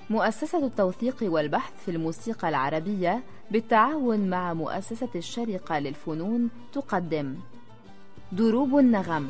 مؤسسة التوثيق والبحث في الموسيقى العربية بالتعاون مع مؤسسة الشارقة للفنون تقدم دروب النغم.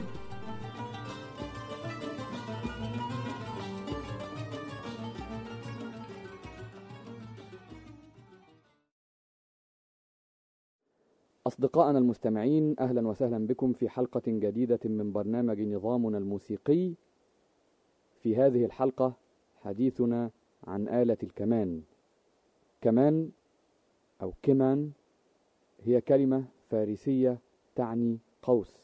أصدقائنا المستمعين، أهلا وسهلا بكم في حلقة جديدة من برنامج نظامنا الموسيقي. في هذه الحلقة حديثنا عن آلة الكمان. كمان أو كمان هي كلمة فارسية تعني قوس،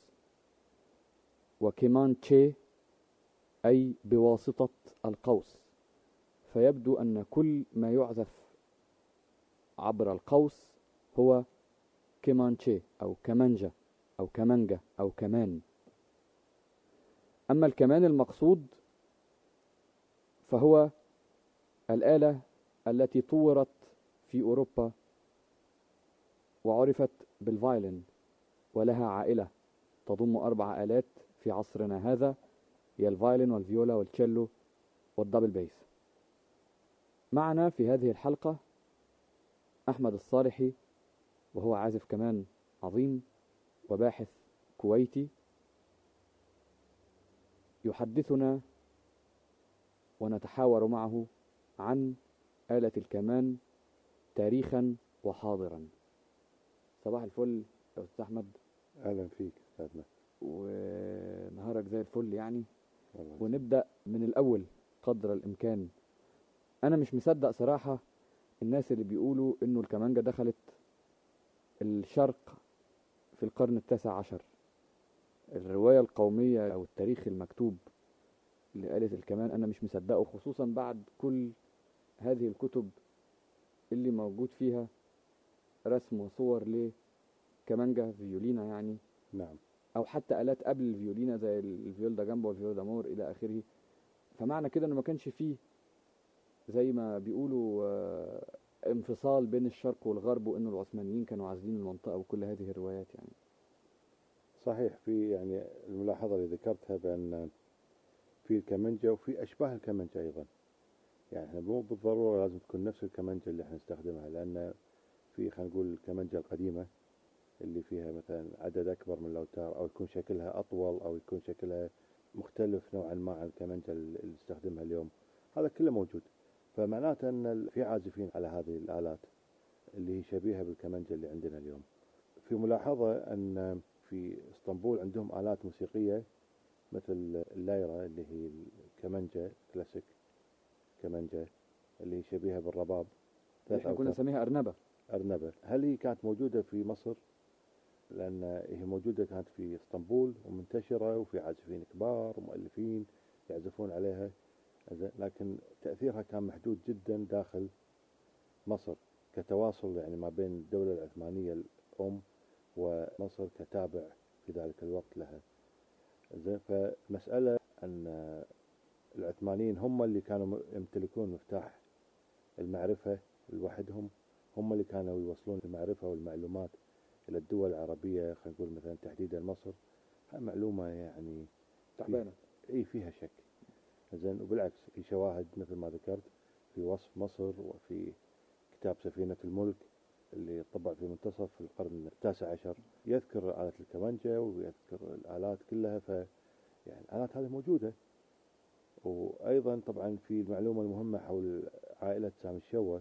وكمان تشي أي بواسطة القوس، فيبدو أن كل ما يعزف عبر القوس هو كمانشي أو كمانجا أو كمانجا أو كمان. أما الكمان المقصود فهو الآلة التي طورت في أوروبا وعرفت بالفايلن، ولها عائلة تضم 4 آلات في عصرنا هذا، هي الفايلن والفيولا والتشيلو والدبل بيس. معنا في هذه الحلقة أحمد الصالحي، وهو عازف كمان عظيم وباحث كويتي، يحدثنا ونتحاور معه عن آلة الكمان تاريخا وحاضرا. صباح الفل يا أستاذ أحمد. أهلا فيك أستاذنا، ونهارك زي الفل يعني. ونبدأ من الأول قدر الإمكان. أنا مش مصدق صراحة الناس اللي بيقولوا إنه الكمانجة دخلت الشرق في القرن ال19. الرواية القومية أو التاريخ المكتوب لآلة الكمان أنا مش مصدقه، خصوصا بعد كل هذه الكتب اللي موجود فيها رسم وصور لكمانجة فيولينا يعني. نعم. أو حتى آلات قبل الفيولينا زي الفيول دا جامبو والفيول دا مور إلى آخره. فمعنى كده إنه ما كانش فيه زي ما بيقولوا انفصال بين الشرق والغرب، وإنه العثمانيين كانوا عازلين المنطقة، وكل هذه الروايات يعني. صحيح، في يعني الملاحظة اللي ذكرتها بأن في الكمانجة وفي أشباه الكمانجة أيضا، يعني احنا مو بالضرورة لازم تكون نفس الكمانجة اللي احنا نستخدمها، لأن في خلينا نقول الكمانجة القديمة اللي فيها مثلا عدد أكبر من الأوتار، أو يكون شكلها أطول، أو يكون شكلها مختلف نوعا ما عن الكمانجة اللي نستخدمها اليوم. هذا كله موجود، فمعناته أن في عازفين على هذه الآلات اللي هي شبيهة بالكمانجة اللي عندنا اليوم. في ملاحظة أن في اسطنبول عندهم آلات موسيقية مثل اللايرة اللي هي الكمانجة كلاسيك، كمانجة اللي هي شبيهة بالرباب، احنا كنا نسميها أرنبة. هل هي كانت موجودة في مصر؟ لأن هي موجودة كانت في اسطنبول ومنتشرة، وفي عازفين كبار ومؤلفين يعزفون عليها، لكن تأثيرها كان محدود جدا داخل مصر كتواصل يعني ما بين الدولة العثمانية الأم ومصر كتابع في ذلك الوقت لها. فمسألة أن العثمانيين هم اللي كانوا يمتلكون مفتاح المعرفة لوحدهم، هم اللي كانوا يوصلون المعرفة والمعلومات إلى الدول العربية، خلينا نقول مثلا تحديدا مصر. هاي معلومة يعني تعبانة، فيها شك. زين، وبالعكس في شواهد مثل ما ذكرت في وصف مصر، وفي كتاب سفينة الملك اللي طبع في منتصف القرن ال19 يذكر آلة الكمانجة ويذكر الآلات كلها. يعني الآلات هذه موجودة. وأيضا طبعا في المعلومة المهمة حول عائلة سامي الشوة،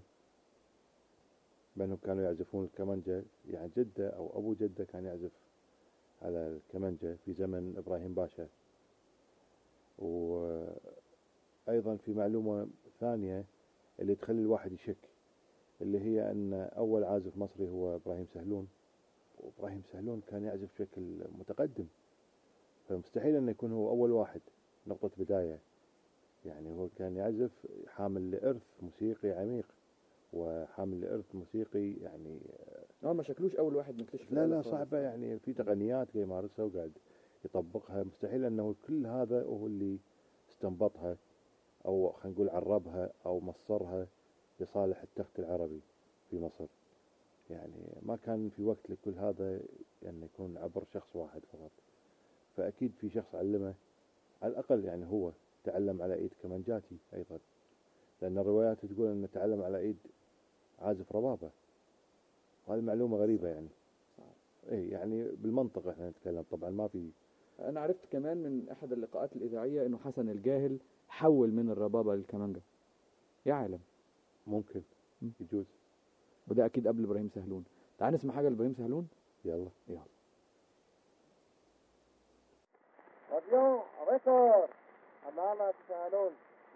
بأنهم كانوا يعزفون الكمانجة، يعني جدة أو أبو جدة كان يعزف على الكمانجة في زمن إبراهيم باشا. وأيضا في معلومة ثانية اللي تخلي الواحد يشك، اللي هي أن أول عازف مصري هو إبراهيم سهلون، وإبراهيم سهلون كان يعزف بشكل متقدم، فمستحيل أن يكون هو أول واحد نقطة بداية. يعني هو كان يعزف حامل لإرث موسيقي عميق، وحامل لإرث موسيقي يعني ما شكلوش أول واحد نكتشف. لا صعبة، يعني في تقنيات قاعد يمارسها وقاعد يطبقها، مستحيل أنه كل هذا هو اللي استنبطها، أو خلينا نقول عربها أو مصرها لصالح التخت العربي في مصر. يعني ما كان في وقت لكل هذا يعني يكون عبر شخص واحد فقط، فأكيد في شخص علمه على الأقل، يعني هو تعلم على إيد كمانجاتي أيضا. لأن الروايات تقول أنه تعلم على إيد عازف ربابة، وهذه معلومة غريبة يعني. إيه يعني بالمنطق إحنا نتكلم طبعا ما في. أنا عرفت كمان من أحد اللقاءات الإذاعية إنه حسن الجاهل حول من الربابة للكمانجة. يا عالم. ممكن يجوز. وده أكيد قبل إبراهيم سهلون. تعال نسمع حاجة لإبراهيم سهلون. يلا. راديو ريكورد أمام سهلون.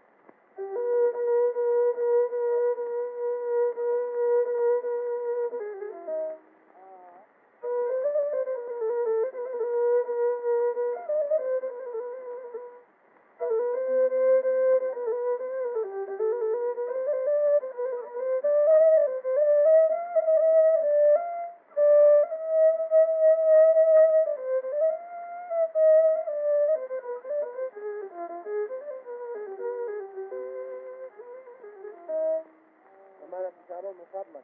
أمام سهلون من فضلك.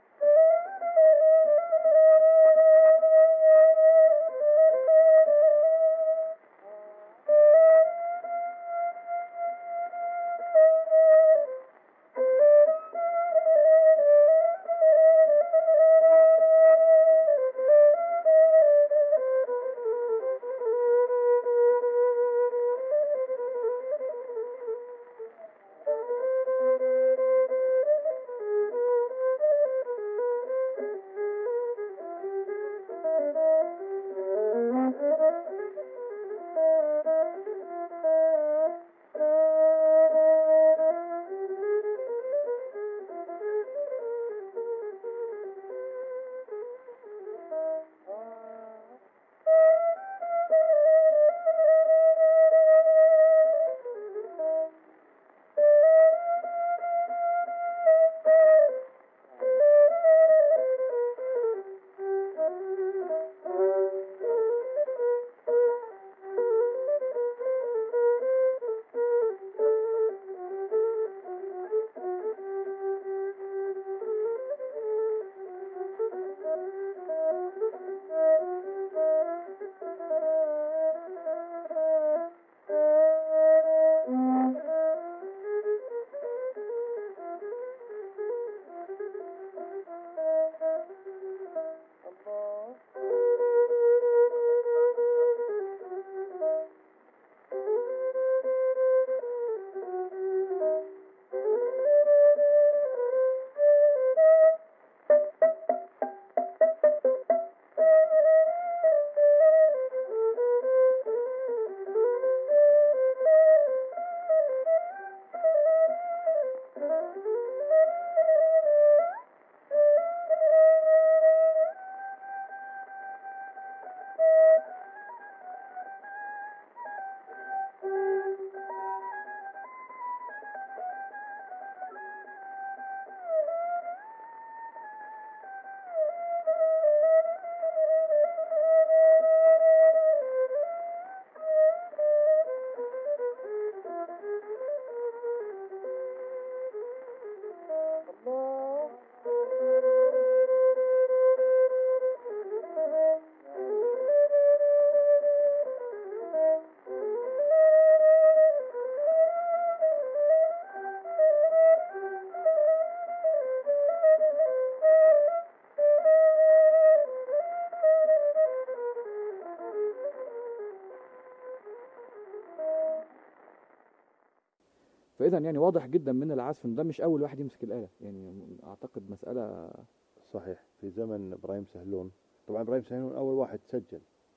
فإذا يعني واضح جدا من العزف إن ده مش أول واحد يمسك الآلة، يعني أعتقد مسألة. صحيح. في زمن إبراهيم سهلون، طبعا إبراهيم سهلون أول واحد سجل.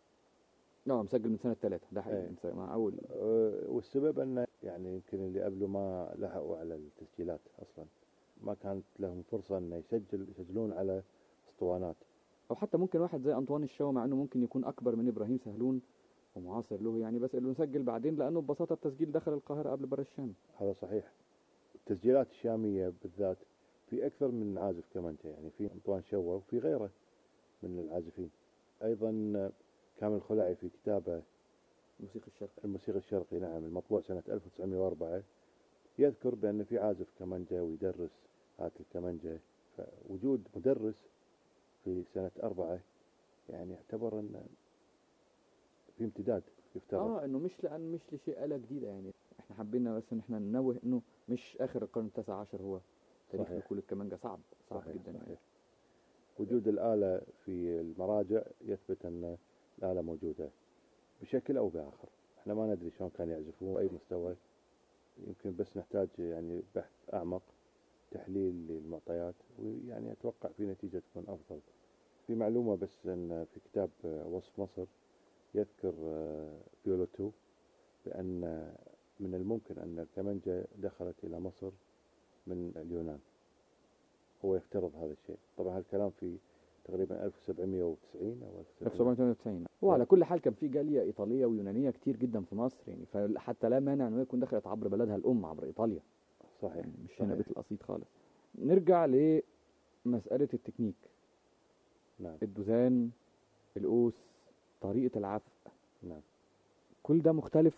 مسجل من سنة 3، ده حقيقي. مع أول. والسبب أنه يعني يمكن اللي قبله ما لحقوا على التسجيلات أصلا، ما كانت لهم فرصة أن يسجلون على اسطوانات. أو حتى ممكن واحد زي أنطوان الشوا، مع أنه ممكن يكون أكبر من إبراهيم سهلون ومعاصر له يعني، بس اللي مسجل بعدين لأنه ببساطة التسجيل دخل القاهرة قبل بر الشام. هذا صحيح. التسجيلات الشامية بالذات في أكثر من عازف كمانجة، يعني في أنطوان شوا وفي غيره من العازفين. أيضا كامل الخلعي في كتابه الموسيقى الشرقي، نعم، المطبوع سنة 1904، يذكر بأن في عازف كمانجة ويدرس آلة الكمانجة. فوجود مدرس في سنة 4 يعني يعتبر أن في امتداد يفترض. إنه مش لشيء آلة جديدة يعني. احنا حبينا بس ان احنا ننوه انه مش اخر القرن التاسع عشر هو تاريخ صحيح. دخول الكمانجة صعب صحيح. جدا يعني. صحيح. وجود الآلة في المراجع يثبت أن الآلة موجودة بشكل أو بآخر. احنا ما ندري شلون كان يعزفون أي مستوى، يمكن بس نحتاج يعني بحث أعمق، تحليل للمعطيات، ويعني أتوقع في نتيجة تكون أفضل. في معلومة بس أن في كتاب وصف مصر يذكر فيولوتو بأن من الممكن أن الكمنجة دخلت إلى مصر من اليونان. هو يفترض هذا الشيء. طبعا هالكلام في تقريبا 1790 أو 1798. وعلى كل حال كان في جالية إيطالية ويونانية كتير جدا في مصر يعني، فحتى لا مانع أنه يكون دخلت عبر بلدها الأم عبر إيطاليا. صحيح. يعني مش هنا بيت القصيد خالص. نرجع لمسألة التكنيك. نعم. الدوزان، القوس، طريقة العزف. نعم. كل ده مختلف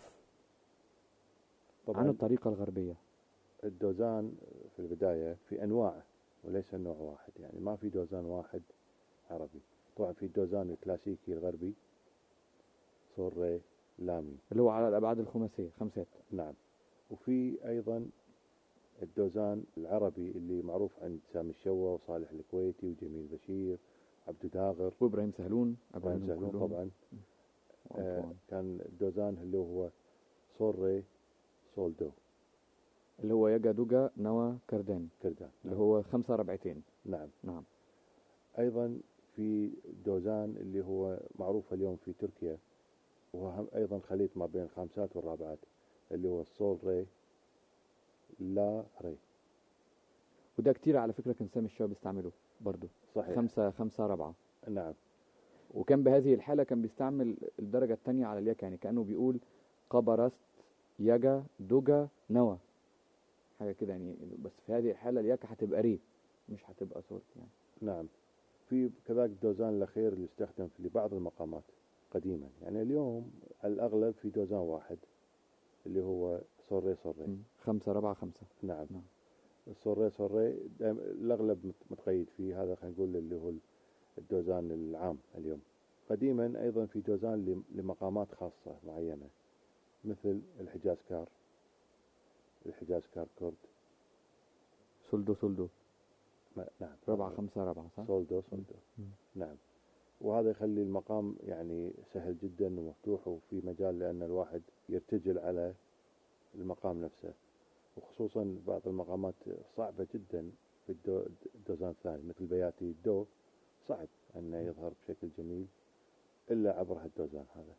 طبعا عن الطريقة الغربية. الدوزان في البداية في أنواع وليس نوع واحد، يعني ما في دوزان واحد عربي. طبعا في الدوزان الكلاسيكي الغربي صور ري لامي اللي هو على الأبعاد الخماسية، خمسات. نعم. وفي أيضا الدوزان العربي اللي معروف عند سامي الشوا وصالح الكويتي وجميل بشير وعبد داغر وإبراهيم سهلون. إبراهيم سهلون طبعا. كان الدوزان اللي هو صور ري صول دو، اللي هو يجا دوجا نوا كردان، اللي هو 5 ربعتين. نعم. نعم. أيضا في دوزان اللي هو معروف اليوم في تركيا، وهو أيضا خليط ما بين الخامسات والرابعات، اللي هو الصول ري لا ري. وده كتير على فكرة كان سامي الشوا بيستعمله برضو. صحيح. 5 ربعة. نعم. وكان بهذه الحالة كان بيستعمل الدرجة الثانية على اليك، يعني كأنه بيقول قبرست يجا دوجا نوا، حاجة كده يعني. بس في هذه الحالة اليك هتبقى ري مش هتبقى صوت يعني. نعم. في كذلك الدوزان الأخير اللي يستخدم في بعض المقامات قديما، يعني اليوم على الأغلب في دوزان واحد اللي هو صول ري صول ري. 5 ربعة 5. نعم. الصول ري صول ري الأغلب متقيد فيه، هذا خلينا نقول اللي هو الدوزان العام اليوم. قديما أيضا في دوزان لمقامات خاصة معينة، مثل الحجاز كار كرد. سولدو. نعم. 4 5 4 صح؟ سولدو. نعم. وهذا يخلي المقام يعني سهل جدا ومفتوح وفي مجال لأن الواحد يرتجل على المقام نفسه، وخصوصا بعض المقامات صعبة جدا في الدوزان الثاني، مثل بياتي الدو صعب أنه يظهر بشكل جميل إلا عبر هالدوزان هذا.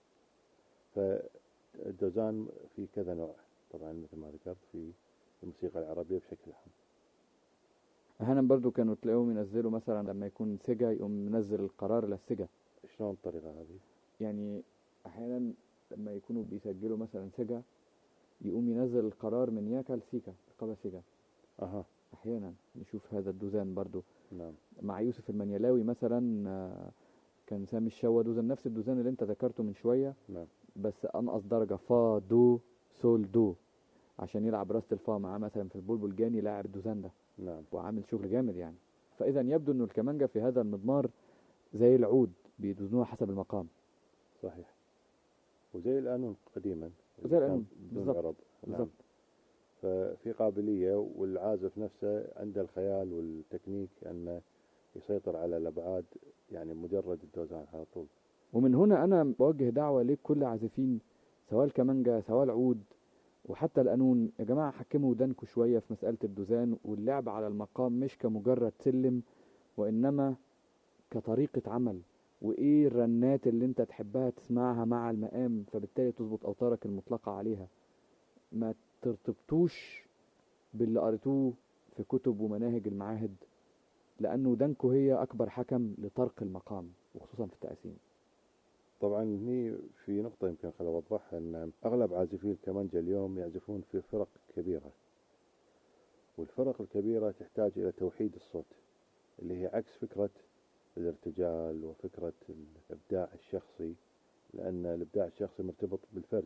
فالدوزان في كذا نوع طبعا مثل ما ذكرت في الموسيقى العربية بشكل عام. أحيانا برضو كانوا تلاقيهم ينزلوا مثلا لما يكون سجا يقوم منزل القرار للسجا. شلون الطريقة هذه؟ يعني أحيانا لما يكونوا بيسجلوا مثلا سجا يقوم ينزل القرار من ياكا لسيكا، قبل سجا. أحيانا نشوف هذا الدوزان برضو. نعم. مع يوسف المنيلاوي مثلا كان سامي الشوا دوزان نفس الدوزان اللي انت ذكرته من شوية. نعم. بس أنقص درجة فا دو سول دو عشان يلعب راست الفا معاه مثلا في البلبل جاني لاعب الدوزان ده. نعم. وعامل شغل جامد يعني. فإذا يبدو أنه الكمانجة في هذا المضمار زي العود بيدوزنوها حسب المقام. صحيح. وزي القانون قديما. وزي القانون بالضبط. نعم. ففي قابلية، والعازف نفسه عنده الخيال والتكنيك أنه يسيطر على الأبعاد، يعني مجرد الدوزان على طول. ومن هنا أنا بوجه دعوة لكل عازفين سواء الكمانجة سواء العود وحتى القانون، يا جماعة حكموا ودانكوا شوية في مسألة الدوزان واللعب على المقام، مش كمجرد سلم وإنما كطريقة عمل، وإيه الرنات اللي انت تحبها تسمعها مع المقام فبالتالي تظبط أوتارك المطلقة عليها. ما ترتبطوش باللي قريتوه في كتب ومناهج المعاهد، لأنه ودانكوا هي أكبر حكم لطرق المقام وخصوصا في التقسيم. طبعا هني في نقطة يمكن خل أوضحها، أن أغلب عازفي الكمانجة اليوم يعزفون في فرق كبيرة، والفرق الكبيرة تحتاج إلى توحيد الصوت، اللي هي عكس فكرة الارتجال وفكرة الإبداع الشخصي، لأن الإبداع الشخصي مرتبط بالفرد.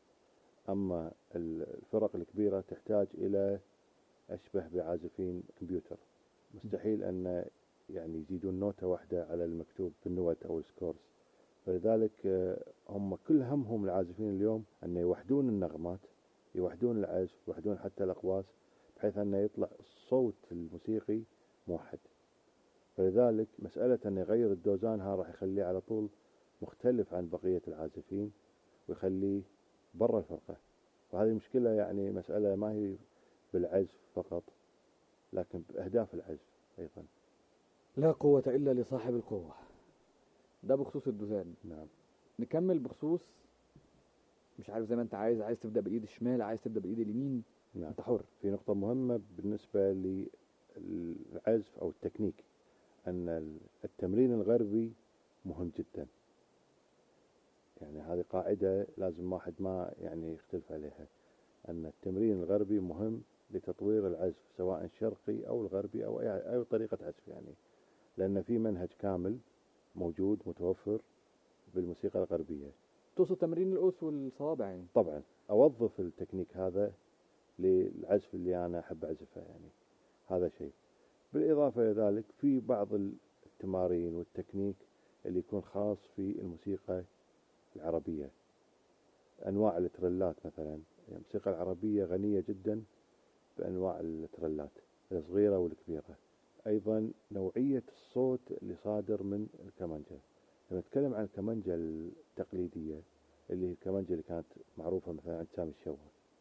أما الفرق الكبيرة تحتاج إلى أشبه بعازفين كمبيوتر، مستحيل أن يعني يزيدون نوتة واحدة على المكتوب في النوت أو السكورز. فلذلك هم كل همهم العازفين اليوم أن يوحدون النغمات يوحدون العزف، يوحدون حتى الأقواس، بحيث أنه يطلع الصوت الموسيقي موحد. فلذلك مسألة أن يغير الدوزان ها راح يخليه على طول مختلف عن بقية العازفين ويخليه برا الفرقة. وهذه مشكلة، يعني مسألة ما هي بالعزف فقط لكن بأهداف العزف أيضا. لا قوة إلا لصاحب القوة. ده بخصوص الدوزان. نعم. نكمل بخصوص، مش عارف زي ما انت عايز تبدأ بإيد الشمال، عايز تبدأ بإيد اليمين، نعم. انت حر. في نقطة مهمة بالنسبة للعزف أو التكنيك، أن التمرين الغربي مهم جدا. يعني هذه قاعدة لازم واحد ما يعني يختلف عليها، أن التمرين الغربي مهم لتطوير العزف سواء الشرقي أو الغربي أو أي طريقة عزف، يعني لأن في منهج كامل موجود متوفر بالموسيقى الغربية. تقصد تمرين القوس والصوابع يعني؟ طبعا أوظف التكنيك هذا للعزف اللي أنا أحب أعزفه، يعني هذا شيء. بالإضافة إلى ذلك في بعض التمارين والتكنيك اللي يكون خاص في الموسيقى العربية، أنواع الترلات مثلا. يعني الموسيقى العربية غنية جدا بأنواع الترلات الصغيرة والكبيرة. أيضا نوعية الصوت اللي صادر من الكمانجة. لما نتكلم عن الكمانجة التقليدية اللي هي الكمانجة اللي كانت معروفة مثلا عند سامي الشوا،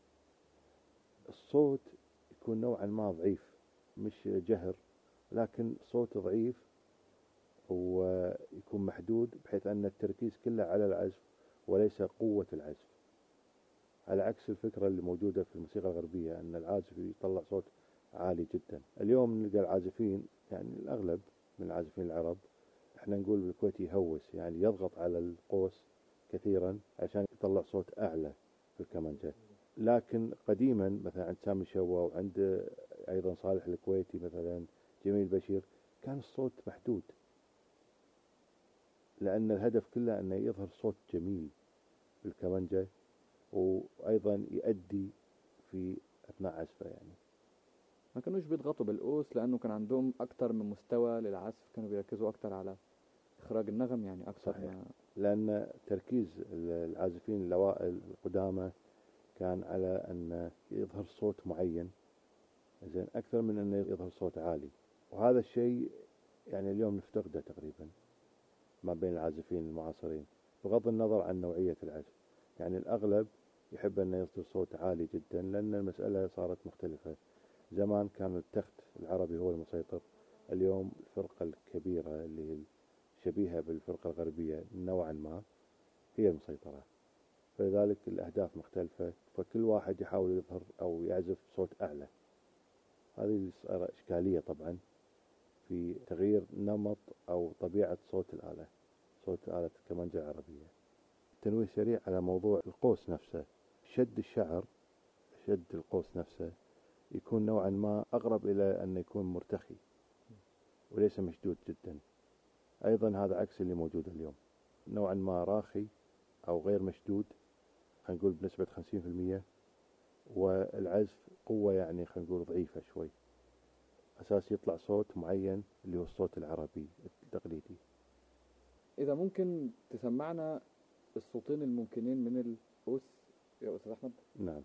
الصوت يكون نوعا ما ضعيف، مش جهر لكن صوت ضعيف ويكون محدود، بحيث أن التركيز كله على العزف وليس قوة العزف، على عكس الفكرة اللي موجودة في الموسيقى الغربية أن العازف يطلع صوت عالي جدا. اليوم نلقى العازفين، يعني الأغلب من العازفين العرب، احنا نقول بالكويت يهوس، يعني يضغط على القوس كثيرا عشان يطلع صوت أعلى في الكمانجة. لكن قديما مثلا عند سامي شوا وعند أيضا صالح الكويتي مثلا جميل بشير كان الصوت محدود، لأن الهدف كله أنه يظهر صوت جميل بالكمانجة وأيضا يؤدي في أثناء عزفه. يعني ما كانوش بيضغطوا بالقوس لأنه كان عندهم أكتر من مستوى للعزف، كانوا بيركزوا أكتر على إخراج النغم يعني أكتر. صحيح. لأن تركيز العازفين الأوائل القدامى كان على أن يظهر صوت معين زين أكثر من أنه يظهر صوت عالي. وهذا الشيء يعني اليوم نفتقده تقريبا ما بين العازفين المعاصرين، بغض النظر عن نوعية العزف. يعني الأغلب يحب أنه يصدر صوت عالي جدا لأن المسألة صارت مختلفة. زمان كان التخت العربي هو المسيطر، اليوم الفرقة الكبيرة اللي هي شبيهة بالفرقة الغربية نوعا ما هي المسيطرة، فلذلك الأهداف مختلفة، فكل واحد يحاول يظهر أو يعزف صوت أعلى. هذه صار إشكالية طبعا في تغيير نمط أو طبيعة صوت الآلة، صوت آلة الكمانجة العربية. تنويه سريع على موضوع القوس نفسه. شد الشعر، شد القوس نفسه يكون نوعا ما أقرب إلى أن يكون مرتخي وليس مشدود جدا. أيضا هذا عكس اللي موجود اليوم، نوعا ما راخي أو غير مشدود، خلينا نقول بنسبة 50%، والعزف قوة يعني خلينا نقول ضعيفة شوي، أساس يطلع صوت معين اللي هو الصوت العربي التقليدي. إذا ممكن تسمعنا الصوتين الممكنين من القوس يا أستاذ أحمد؟ نعم.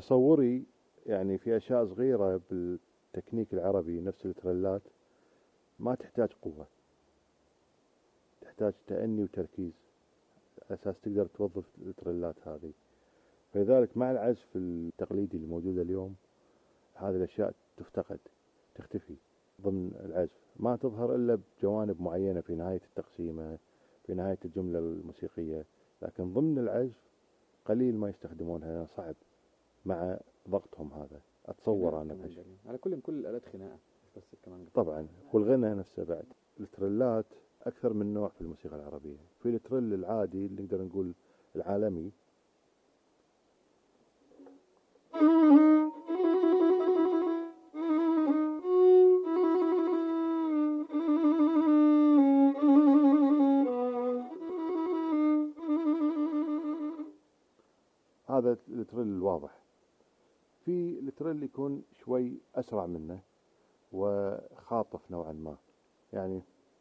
تصوري يعني في أشياء صغيرة بالتكنيك العربي نفس التريلات ما تحتاج قوة، تحتاج تأني وتركيز أساس تقدر توظف التريلات هذه. فلذلك مع العزف التقليدي الموجود اليوم هذه الأشياء تفتقد، تختفي ضمن العزف، ما تظهر إلا بجوانب معينة في نهاية التقسيمة، في نهاية الجملة الموسيقية، لكن ضمن العزف قليل ما يستخدمونها، يعني صعب مع ضغطهم هذا، أتصور أنا بهالشيء. على كل الآلات خناقة مش بس الكمانجة طبعا، والغنى نفسه بعد. التريلات أكثر من نوع في الموسيقى العربية. في التريل العادي اللي نقدر نقول العالمي، هذا التريل الواضح. في التريل يكون شوي أسرع منه وخاطف نوعا ما، يعني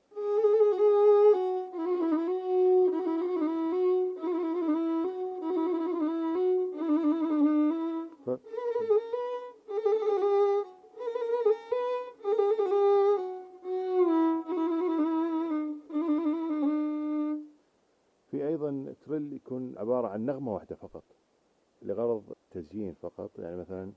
في أيضا تريل يكون عبارة عن نغمة واحدة فقط لغرض تزيين فقط، يعني مثلا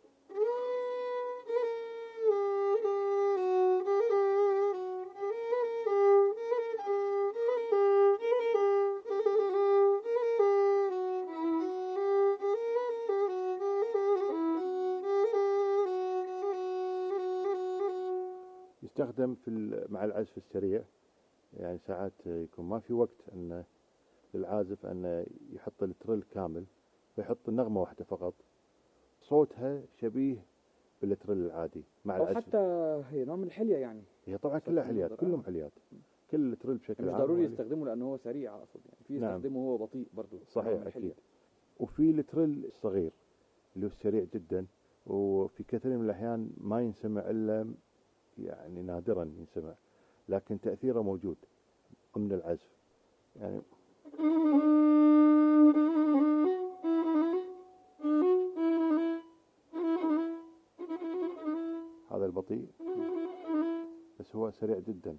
يستخدم مع العزف السريع، يعني ساعات يكون ما في وقت أن للعازف أن يحط التريل كامل، فيحط نغمة واحدة فقط صوتها شبيه بالتريل العادي مع أو العزف. حتى هي نوع من الحلية يعني. هي طبعا كلها حليات، كلهم حليات، كل التريل بشكل مش عام ضروري يستخدمه لأنه هو سريع، أقصد يعني في نعم. يستخدمه هو بطيء برضو. صحيح أكيد. وفي التريل الصغير اللي هو السريع جدا، وفي كثير من الأحيان ما ينسمع إلا يعني نادرا ينسمع، لكن تأثيره موجود ضمن العزف. يعني هذا البطيء بس هو سريع جدا.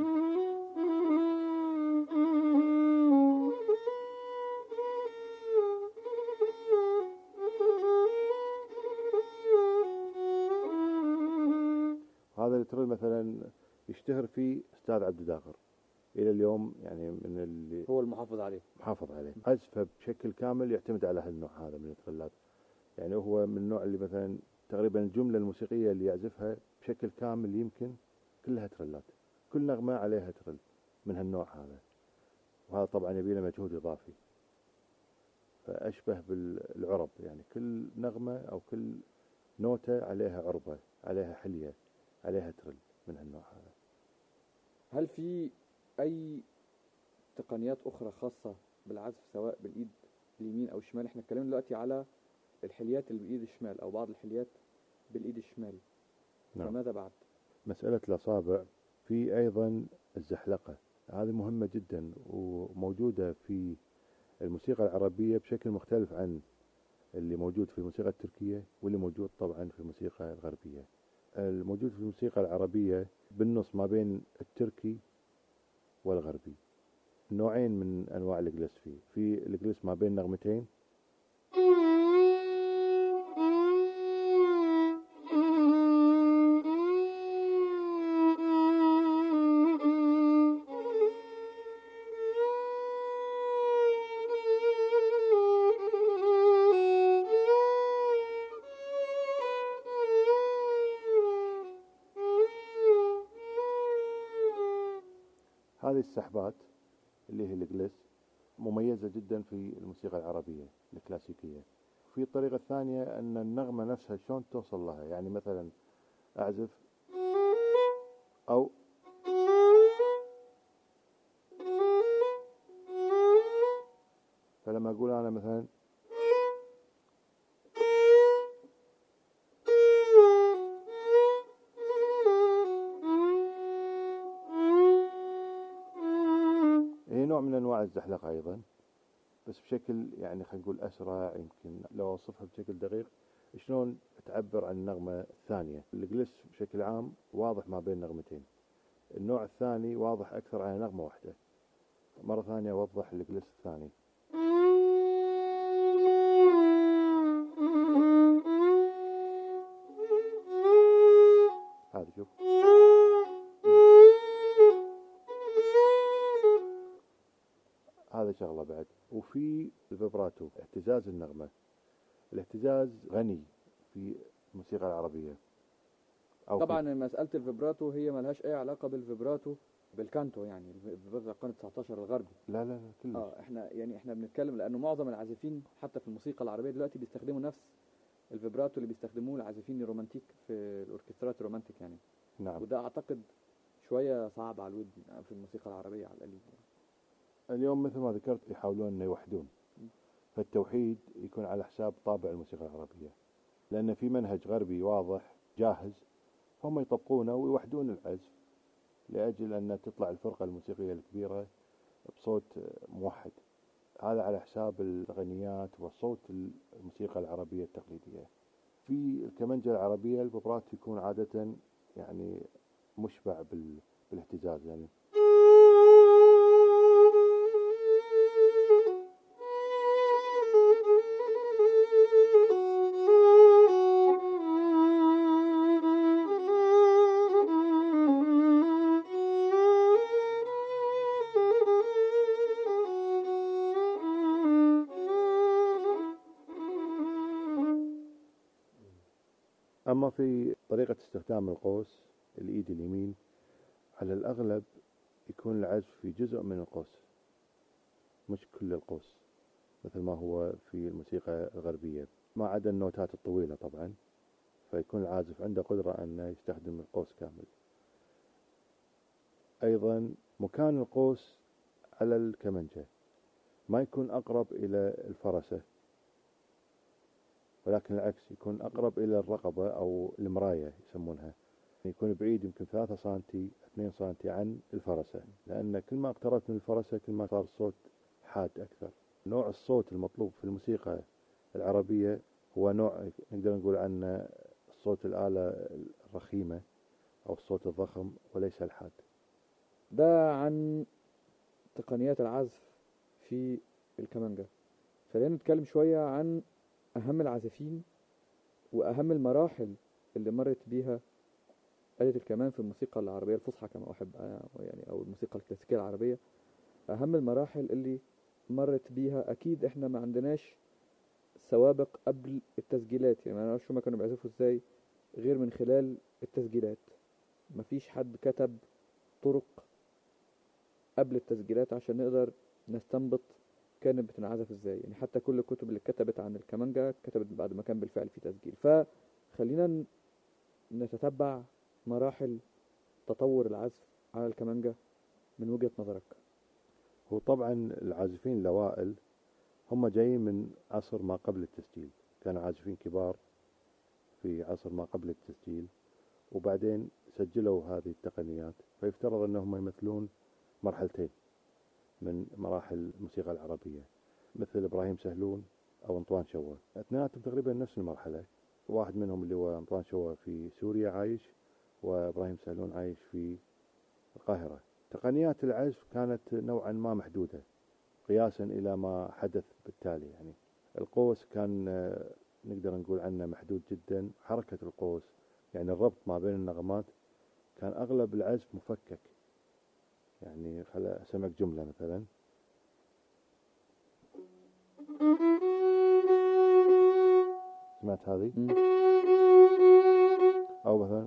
هذا التريل مثلا يشتهر فيه أستاذ عبد الداغر إلى اليوم، يعني من اللي هو المحافظ عليه، محافظ عليه. عزفه بشكل كامل يعتمد على هالنوع هذا من التريلات، يعني هو من النوع اللي مثلا تقريبا الجملة الموسيقية اللي يعزفها بشكل كامل يمكن كلها تريلات، كل نغمة عليها تريل من هالنوع هذا، وهذا طبعا يبي له مجهود إضافي، فأشبه بالعرب، يعني كل نغمة أو كل نوتة عليها عربة، عليها حلية، عليها تريل من هالنوع هذا. هل في أي تقنيات أخرى خاصة بالعزف سواء بالإيد اليمين أو الشمال؟ احنا اتكلمنا دلوقتي على الحليات اللي بالإيد الشمال أو بعض الحليات بالإيد الشمال. نعم. فماذا بعد؟ مسألة الأصابع، في أيضا الزحلقة، هذه مهمة جدا وموجودة في الموسيقى العربية بشكل مختلف عن اللي موجود في الموسيقى التركية واللي موجود طبعا في الموسيقى الغربية. الموجود في الموسيقى العربية بالنص ما بين التركي والغربي، نوعين من أنواع الإجلس فيه، في الإجلس ما بين نغمتين هذه السحبات اللي هي الإجلس مميزة جدا في الموسيقى العربية الكلاسيكية. في الطريقة الثانية أن النغمة نفسها شلون توصل لها، يعني مثلا أعزف أو فلما أقول أنا مثلا هي نوع من أنواع الزحلقة أيضا، بس بشكل يعني خلينا نقول أسرع. يمكن لو أوصفها بشكل دقيق، شلون تعبر عن النغمة الثانية. الجلس بشكل عام واضح ما بين نغمتين، النوع الثاني واضح أكثر على نغمة واحدة. مرة ثانية أوضح الجلس الثاني. هذا شوف، هذا شغلة بعد. وفي الفبراتو اهتزاز النغمة. الاهتزاز غني في الموسيقى العربية. أو طبعا مسألة الفيبراتو هي ملهاش أي علاقة بالفيبراتو بالكانتو، يعني الفيبراتو القرن 19 الغربي. لا كلش. احنا بنتكلم لأنه معظم العازفين حتى في الموسيقى العربية دلوقتي بيستخدموا نفس الفيبراتو اللي بيستخدموه العازفين الرومانتيك في الأوركسترات الرومانتيك يعني. نعم. وده أعتقد شوية صعب على الودن في الموسيقى العربية على القليل. اليوم مثل ما ذكرت يحاولون أن يوحدون، فالتوحيد يكون على حساب طابع الموسيقى العربية، لأن في منهج غربي واضح جاهز، هم يطبقونه ويوحدون العزف لأجل أن تطلع الفرقة الموسيقية الكبيرة بصوت موحد. هذا على حساب الغنيات وصوت الموسيقى العربية التقليدية. في الكمنجة العربية الفبرات يكون عادة يعني مشبع بالاهتزاز يعني. أما في طريقة استخدام القوس الإيد اليمين، على الأغلب يكون العزف في جزء من القوس مش كل القوس مثل ما هو في الموسيقى الغربية، ما عدا النوتات الطويلة طبعا، فيكون العازف عنده قدرة أنه يستخدم القوس كامل. أيضا مكان القوس على الكمنجة ما يكون أقرب إلى الفرسة، ولكن العكس يكون أقرب إلى الرقبة أو المراية يسمونها، يكون بعيد يمكن 3 سنتي 2 سنتي عن الفرسة، لأن كل ما اقتربت من الفرسة كل ما صار الصوت حاد أكثر. نوع الصوت المطلوب في الموسيقى العربية هو نوع نقدر نقول عنه صوت الآلة الرخيمة أو الصوت الضخم وليس الحاد. ده عن تقنيات العزف في الكمانجا. خلينا نتكلم شوية عن أهم العازفين وأهم المراحل اللي مرت بيها آلة الكمان في الموسيقى العربية الفصحى كما أحب أنا يعني، أو الموسيقى الكلاسيكية العربية. أهم المراحل اللي مرت بيها، أكيد إحنا ما عندناش سوابق قبل التسجيلات، يعني ما نعرفش هما كانوا بيعزفوا إزاي غير من خلال التسجيلات. مفيش حد كتب طرق قبل التسجيلات عشان نقدر نستنبط كانت بتنعزف ازاي، يعني حتى كل الكتب اللي اتكتبت عن الكمانجا كتبت بعد ما كان بالفعل في تسجيل. فخلينا نتتبع مراحل تطور العزف على الكمانجا من وجهة نظرك. هو طبعا العازفين الأوائل هم جايين من عصر ما قبل التسجيل، كانوا عازفين كبار في عصر ما قبل التسجيل، وبعدين سجلوا هذه التقنيات، فيفترض أنهم يمثلون مرحلتين من مراحل الموسيقى العربية، مثل إبراهيم سهلون أو أنطوان شوى، اثنيناتهم تقريبا نفس المرحلة. واحد منهم اللي هو أنطوان شوى في سوريا عايش، وإبراهيم سهلون عايش في القاهرة. تقنيات العزف كانت نوعا ما محدودة قياسا إلى ما حدث بالتالي، يعني القوس كان نقدر نقول عنه محدود جدا. حركة القوس يعني الربط ما بين النغمات كان أغلب العزف مفكك. يعني خل أسمعك جملة مثلا. سمعت هذه؟ أو مثلا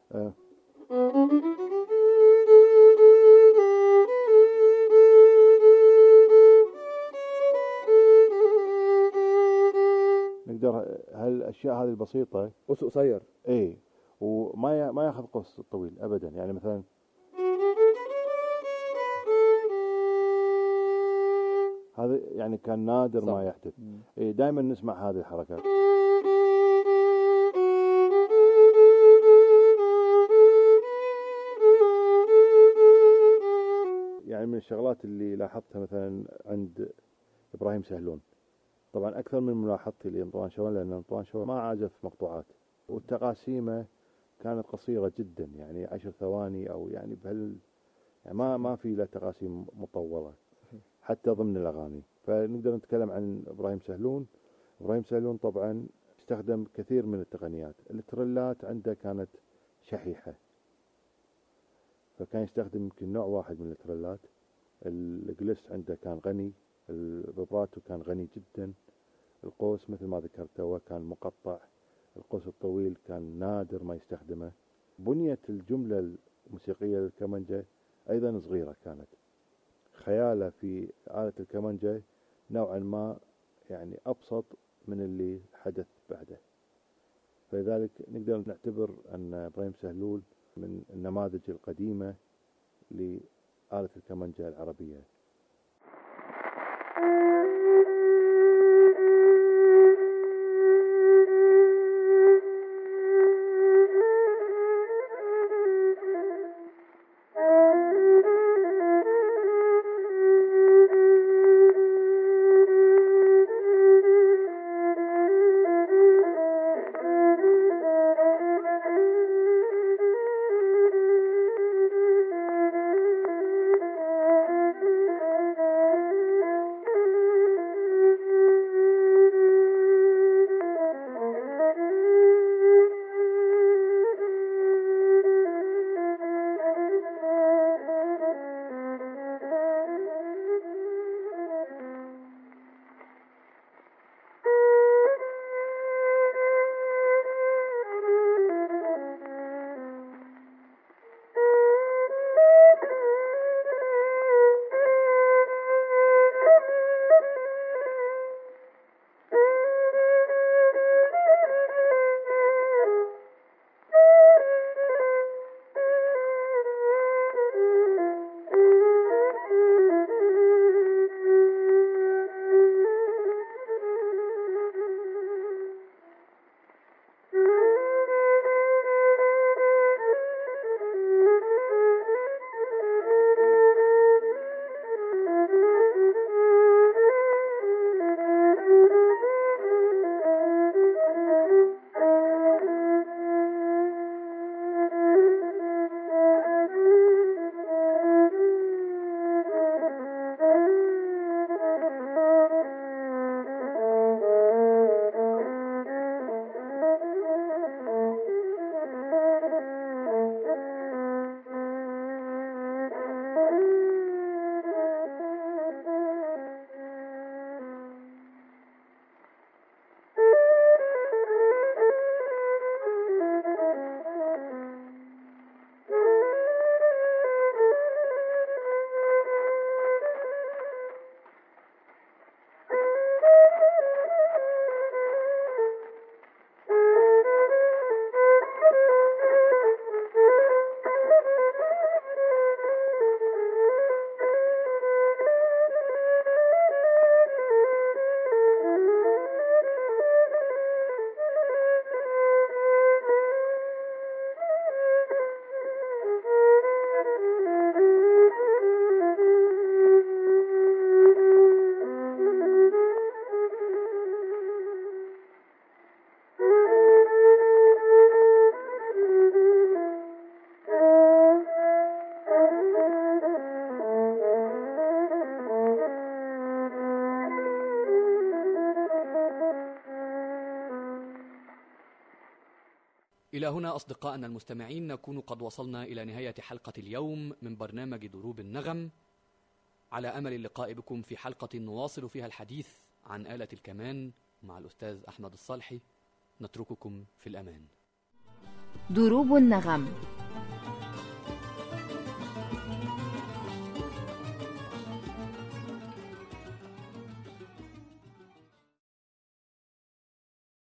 نقدر هالأشياء هذه البسيطة قوس قصير إيه، وما ياخذ قوس طويل أبدا. يعني مثلا هذا يعني كان نادر صح. ما يحدث. إيه دائما نسمع هذه الحركات. يعني من الشغلات اللي لاحظتها مثلا عند إبراهيم سهلون. طبعا أكثر من ملاحظتي لأنطوان شوان، لأن أنطوان شوان ما عزف مقطوعات، والتقاسيمه كانت قصيرة جدا، يعني 10 ثواني أو يعني يعني ما في له تقاسيم مطولة حتى ضمن الأغاني. فنقدر نتكلم عن إبراهيم سهلون. إبراهيم سهلون طبعا استخدم كثير من التقنيات. التريلات عنده كانت شحيحة، فكان يستخدم يمكن نوع واحد من التريلات. الجلس عنده كان غني، الفيبراتو كان غني جدا، القوس مثل ما ذكرت كان مقطع، القوس الطويل كان نادر ما يستخدمه. بنية الجملة الموسيقية للكمانجة أيضا صغيرة كانت. خياله في آلة الكمانجة نوعا ما يعني أبسط من اللي حدث بعده، فلذلك نقدر نعتبر أن إبراهيم سهلول من النماذج القديمة لآلة الكمانجة العربية. إلى هنا أصدقائنا المستمعين نكون قد وصلنا إلى نهاية حلقة اليوم من برنامج دروب النغم، على أمل اللقاء بكم في حلقة نواصل فيها الحديث عن آلة الكمان مع الأستاذ أحمد الصالحي. نترككم في الأمان. دروب النغم.